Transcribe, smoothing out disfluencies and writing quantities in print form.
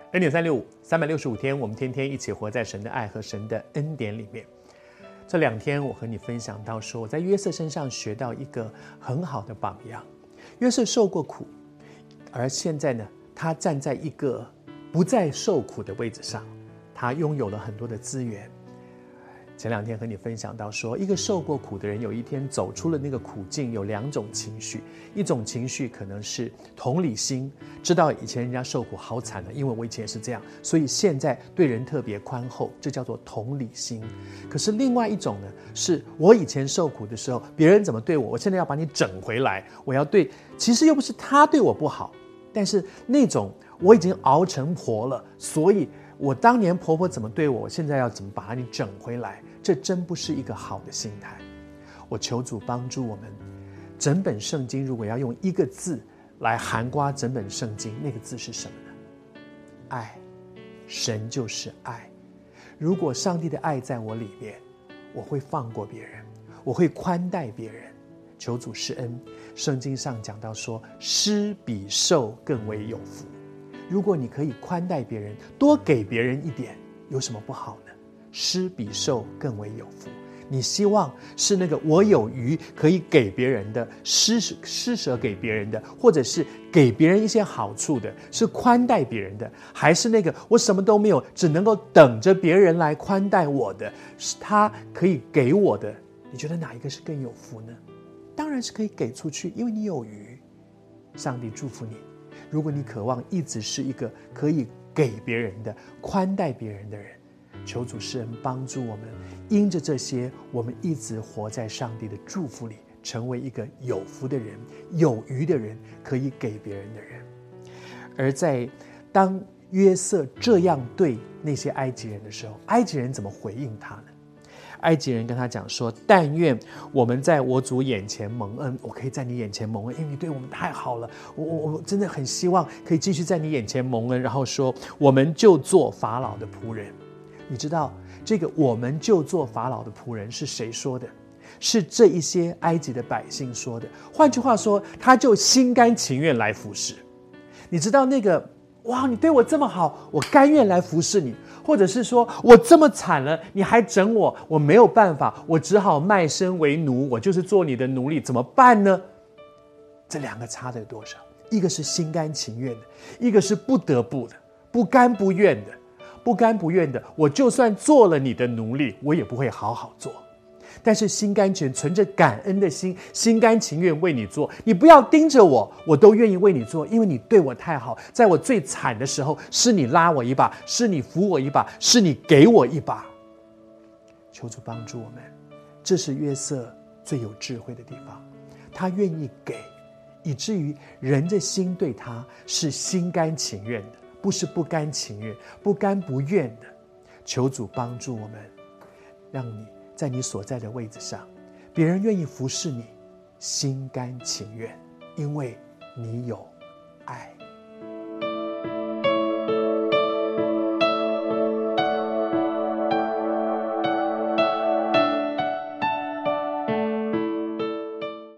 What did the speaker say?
恩典365，365天，我们天天一起活在神的爱和神的恩典里面。这2天我和你分享到说，我在约瑟身上学到一个很好的榜样。约瑟受过苦，而现在呢，他站在一个不再受苦的位置上，他拥有了很多的资源。前2天和你分享到说，一个受过苦的人有一天走出了那个苦境，有2种情绪。一种情绪可能是同理心，知道以前人家受苦好惨了，因为我以前也是这样，所以现在对人特别宽厚，这叫做同理心。可是另外一种呢，是我以前受苦的时候，别人怎么对我，我现在要把你整回来，我要对，其实又不是他对我不好，但是那种我已经熬成婆了，所以我当年婆婆怎么对我，我现在要怎么把你整回来，这真不是一个好的心态。我求主帮助我们，整本圣经如果要用一个字来涵盖整本圣经，那个字是什么呢？爱。神就是爱。如果上帝的爱在我里面，我会放过别人，我会宽待别人。求主施恩。圣经上讲到说，施比受更为有福。如果你可以宽待别人，多给别人一点，有什么不好呢？施比受更为有福。你希望是那个我有余可以给别人的，施舍给别人的，或者是给别人一些好处的，是宽待别人的，还是那个我什么都没有，只能够等着别人来宽待我的，是他可以给我的？你觉得哪一个是更有福呢？当然是可以给出去，因为你有余。上帝祝福你。如果你渴望一直是一个可以给别人的、宽待别人的人，求主施恩帮助我们，因着这些，我们一直活在上帝的祝福里，成为一个有福的人、有余的人，可以给别人的人。而在当约瑟这样对那些埃及人的时候，埃及人怎么回应他呢？埃及人跟他讲说，但愿我们在我主眼前蒙恩，我可以在你眼前蒙恩，因为你对我们太好了，我真的很希望可以继续在你眼前蒙恩。然后说，我们就做法老的仆人。你知道这个我们就做法老的仆人是谁说的？是这一些埃及的百姓说的。换句话说，他就心甘情愿来服侍。你知道那个哇，你对我这么好，我甘愿来服侍你。或者是说，我这么惨了，你还整我，我没有办法，我只好卖身为奴，我就是做你的奴隶，怎么办呢？这2个差的有多少？一个是心甘情愿的，一个是不得不的，不甘不愿的。不甘不愿的，我就算做了你的奴隶，我也不会好好做。但是心甘情愿，存着感恩的心，心甘情愿为你做。你不要盯着我，我都愿意为你做，因为你对我太好。在我最惨的时候，是你拉我一把，是你扶我一把，是你给我一把。求主帮助我们，这是约瑟最有智慧的地方。他愿意给，以至于人的心对他是心甘情愿的，不是不甘情愿、不甘不愿的。求主帮助我们，让你在你所在的位置上，别人愿意服侍你，心甘情愿，因为你有爱。